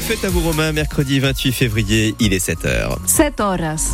fête à vous Romain, mercredi 28 février, il est 7h. 7 horas.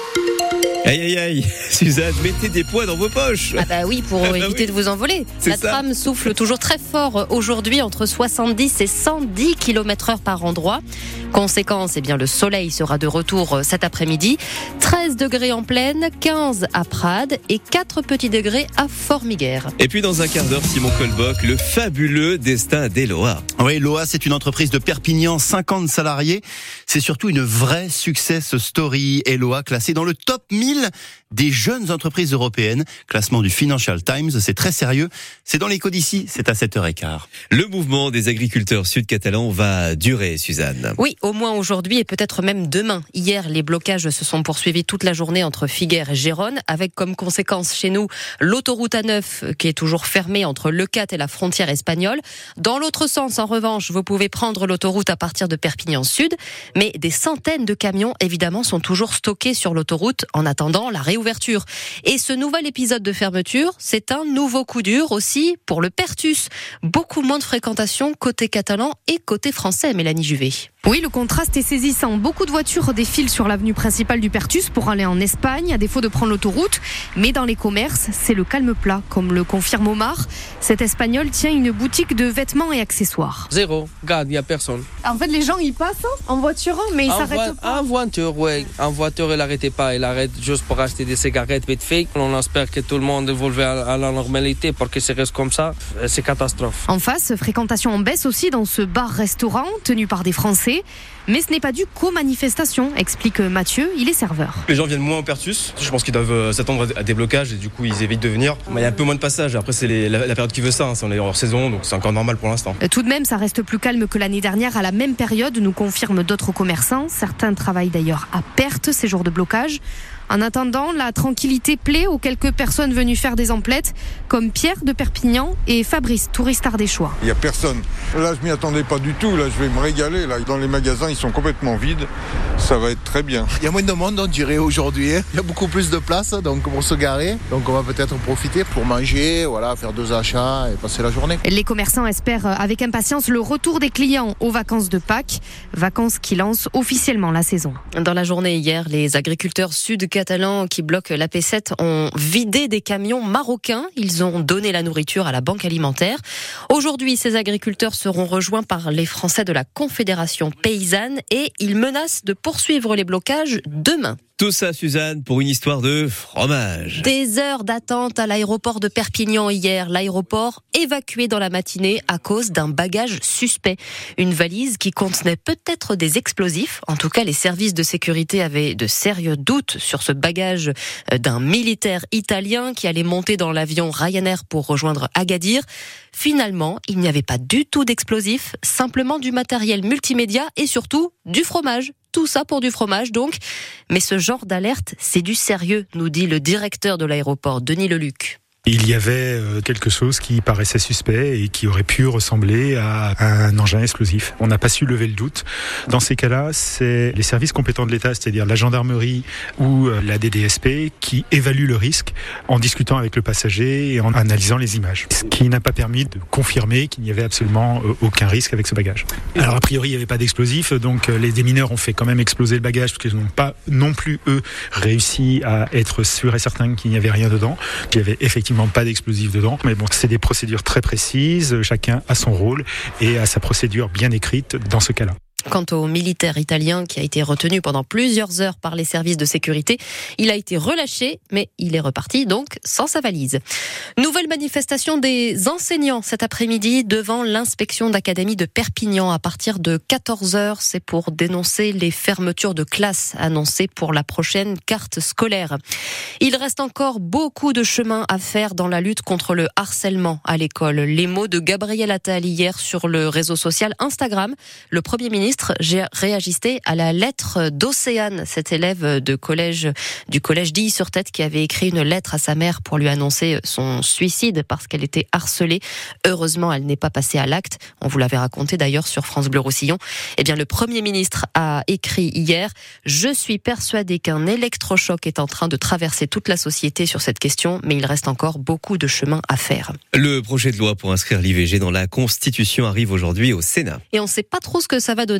Aïe aïe aïe, Suzanne, mettez des poids dans vos poches. Ah bah oui, pour éviter de vous envoler. C'est La ça. trame souffle toujours très fort aujourd'hui, entre 70 et 110 km/h par endroit. Conséquence, eh bien, le soleil sera de retour cet après-midi. 13 degrés en plaine, 15 à Prades et 4 petits degrés à Formiguères. Et puis dans un quart d'heure, Simon Colboc, le fabuleux destin d'Eloa. Oui, Loa, c'est une entreprise de Perpignan, 50 salariés. C'est surtout une vraie success story. Eloa, classée dans le top 1000 des jeunes entreprises européennes. Classement du Financial Times, c'est très sérieux. C'est dans l'écho d'ici, c'est à 7h15. Le mouvement des agriculteurs sud-catalans va durer, Suzanne. Oui, au moins aujourd'hui et peut-être même demain. Hier, les blocages se sont poursuivis toute la journée entre Figueres et Gérone, avec comme conséquence chez nous l'autoroute A9 qui est toujours fermée entre Leucate et la frontière espagnole. Dans l'autre sens, en revanche, vous pouvez prendre l'autoroute à partir de Perpignan Sud, mais des centaines de camions, évidemment, sont toujours stockés sur l'autoroute en attendant la réouverture. Et ce nouvel épisode de fermeture, c'est un nouveau coup dur aussi pour le Pertus. Beaucoup moins de fréquentation côté catalan et côté français, Mélanie Juvet. Oui, le contraste est saisissant. Beaucoup de voitures défilent sur l'avenue principale du Pertus pour aller en Espagne, à défaut de prendre l'autoroute. Mais dans les commerces, c'est le calme plat, comme le confirme Omar. Cet Espagnol tient une boutique de vêtements et accessoires. Zéro, regarde, il n'y a personne. En fait, les gens, ils passent en voiture, mais ils s'arrêtent pas. En voiture, oui. En voiture, il n'arrêtait pas. Il arrête juste pour acheter des cigarettes vite fait. On espère que tout le monde évolue à la normalité pour que ça reste comme ça. C'est catastrophe. En face, fréquentation en baisse aussi dans ce bar-restaurant tenu par des Français. Mais ce n'est pas dû qu'aux manifestations, explique Mathieu, il est serveur. Les gens viennent moins au Pertus. Je pense qu'ils doivent s'attendre à des blocages et du coup ils évitent de venir. Il y a un peu moins de passage. Après c'est la période qui veut ça. On est hors saison donc c'est encore normal pour l'instant. Tout de même, ça reste plus calme que l'année dernière à la même période, nous confirment d'autres commerçants. Certains travaillent d'ailleurs à perte ces jours de blocage. En attendant, la tranquillité plaît aux quelques personnes venues faire des emplettes, comme Pierre de Perpignan et Fabrice, touriste ardéchois. Il n'y a personne. Là, je m'y attendais pas du tout. Là, je vais me régaler. Là, dans les magasins, ils sont complètement vides. Ça va être très bien. Il y a moins de monde, on dirait, aujourd'hui. Il y a beaucoup plus de place donc pour se garer. Donc, on va peut-être en profiter pour manger, voilà, faire 2 achats et passer la journée. Les commerçants espèrent avec impatience le retour des clients aux vacances de Pâques, vacances qui lancent officiellement la saison. Dans la journée hier, les agriculteurs sud-catalans qui bloquent la P7 ont vidé des camions marocains. Ils ont donné la nourriture à la banque alimentaire. Aujourd'hui, ces agriculteurs seront rejoints par les Français de la Confédération paysanne et ils menacent de poursuivre les blocages demain. Tout ça, Suzanne, pour une histoire de fromage. Des heures d'attente à l'aéroport de Perpignan hier. L'aéroport évacué dans la matinée à cause d'un bagage suspect. Une valise qui contenait peut-être des explosifs. En tout cas, les services de sécurité avaient de sérieux doutes sur ce bagage d'un militaire italien qui allait monter dans l'avion Ryanair pour rejoindre Agadir. Finalement, il n'y avait pas du tout d'explosifs, simplement du matériel multimédia et surtout du fromage. Tout ça pour du fromage donc. Mais ce genre d'alerte, c'est du sérieux, nous dit le directeur de l'aéroport, Denis Leluc. Il y avait quelque chose qui paraissait suspect et qui aurait pu ressembler à un engin explosif. On n'a pas su lever le doute. Dans ces cas-là, c'est les services compétents de l'État, c'est-à-dire la gendarmerie ou la DDSP, qui évaluent le risque en discutant avec le passager et en analysant les images. Ce qui n'a pas permis de confirmer qu'il n'y avait absolument aucun risque avec ce bagage. Alors a priori, il n'y avait pas d'explosif, donc les démineurs ont fait quand même exploser le bagage parce qu'ils n'ont pas non plus, eux, réussi à être sûrs et certains qu'il n'y avait rien dedans. Il y avait effectivement pas d'explosifs dedans, mais bon, c'est des procédures très précises, chacun a son rôle et a sa procédure bien écrite dans ce cas-là. Quant au militaire italien qui a été retenu pendant plusieurs heures par les services de sécurité, il a été relâché, mais il est reparti donc sans sa valise. Nouvelle manifestation des enseignants cet après-midi devant l'inspection d'académie de Perpignan à partir de 14h. C'est pour dénoncer les fermetures de classes annoncées pour la prochaine carte scolaire. Il reste encore beaucoup de chemin à faire dans la lutte contre le harcèlement à l'école. Les mots de Gabriel Attal hier sur le réseau social Instagram. Le Premier ministre réagissait à la lettre d'Océane, cette élève du collège d'Illy-sur-Tête qui avait écrit une lettre à sa mère pour lui annoncer son suicide parce qu'elle était harcelée. Heureusement, elle n'est pas passée à l'acte. On vous l'avait raconté d'ailleurs sur France Bleu Roussillon. Eh bien, le Premier ministre a écrit hier « Je suis persuadé qu'un électrochoc est en train de traverser toute la société sur cette question, mais il reste encore beaucoup de chemin à faire. » Le projet de loi pour inscrire l'IVG dans la Constitution arrive aujourd'hui au Sénat. Et on ne sait pas trop ce que ça va donner.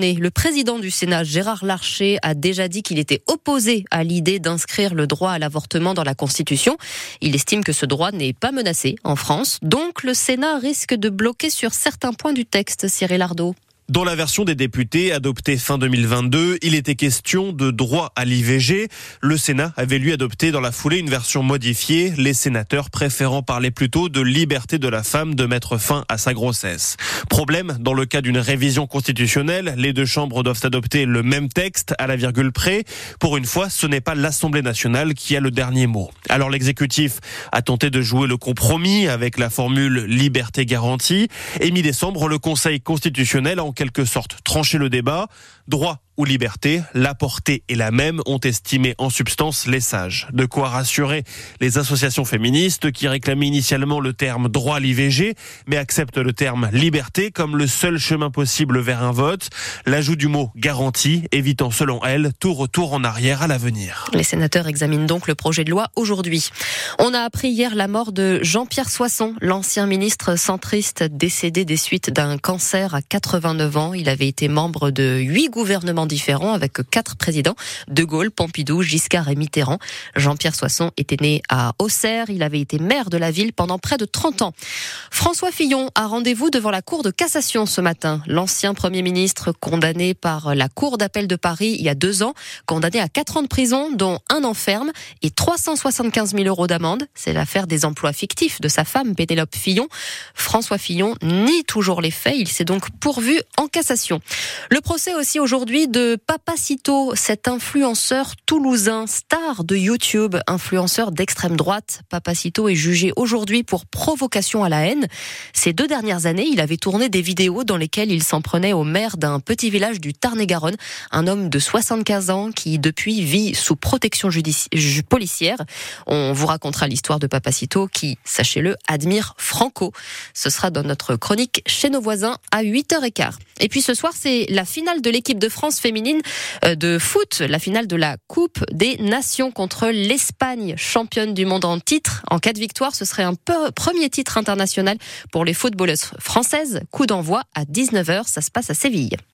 confirmé. Le président du Sénat, Gérard Larcher, a déjà dit qu'il était opposé à l'idée d'inscrire le droit à l'avortement dans la Constitution. Il estime que ce droit n'est pas menacé en France. Donc le Sénat risque de bloquer sur certains points du texte, Cyril Ardo. Dans la version des députés adoptée fin 2022, il était question de droit à l'IVG. Le Sénat avait lui adopté dans la foulée une version modifiée, les sénateurs préférant parler plutôt de liberté de la femme de mettre fin à sa grossesse. Problème, dans le cas d'une révision constitutionnelle, les deux chambres doivent adopter le même texte à la virgule près. Pour une fois, ce n'est pas l'Assemblée nationale qui a le dernier mot. Alors l'exécutif a tenté de jouer le compromis avec la formule liberté garantie. Et mi-décembre, le Conseil constitutionnel a en quelque sorte tranché le débat. Droit ou liberté, la portée est la même, ont estimé en substance les sages. De quoi rassurer les associations féministes qui réclamaient initialement le terme droit à l'IVG, mais acceptent le terme liberté comme le seul chemin possible vers un vote. L'ajout du mot garantie, évitant selon elles tout retour en arrière à l'avenir. Les sénateurs examinent donc le projet de loi aujourd'hui. On a appris hier la mort de Jean-Pierre Soisson, l'ancien ministre centriste décédé des suites d'un cancer à 89 ans. Il avait été membre de 8 gouvernements différents avec 4 présidents, De Gaulle, Pompidou, Giscard et Mitterrand. Jean-Pierre Soisson était né à Auxerre, il avait été maire de la ville pendant près de 30 ans. François Fillon a rendez-vous devant la Cour de cassation ce matin. L'ancien Premier ministre condamné par la Cour d'appel de Paris il y a 2 ans, condamné à 4 ans de prison, dont 1 an ferme et 375 000 € d'amende. C'est l'affaire des emplois fictifs de sa femme Pénélope Fillon. François Fillon nie toujours les faits, il s'est donc pourvu en cassation. Le procès aussi aujourd'hui de Papacito, cet influenceur toulousain, star de YouTube, influenceur d'extrême droite. Papacito est jugé aujourd'hui pour provocation à la haine. Ces 2 dernières années, il avait tourné des vidéos dans lesquelles il s'en prenait au maire d'un petit village du Tarn-et-Garonne, un homme de 75 ans qui depuis vit sous protection policière. On vous racontera l'histoire de Papacito qui, sachez-le, admire Franco. Ce sera dans notre chronique chez nos voisins à 8h15. Et puis ce soir, c'est la finale de l'équipe de France féminine de foot, la finale de la Coupe des Nations contre l'Espagne, championne du monde en titre. En cas de victoire, ce serait un premier titre international pour les footballeuses françaises. Coup d'envoi à 19h, ça se passe à Séville.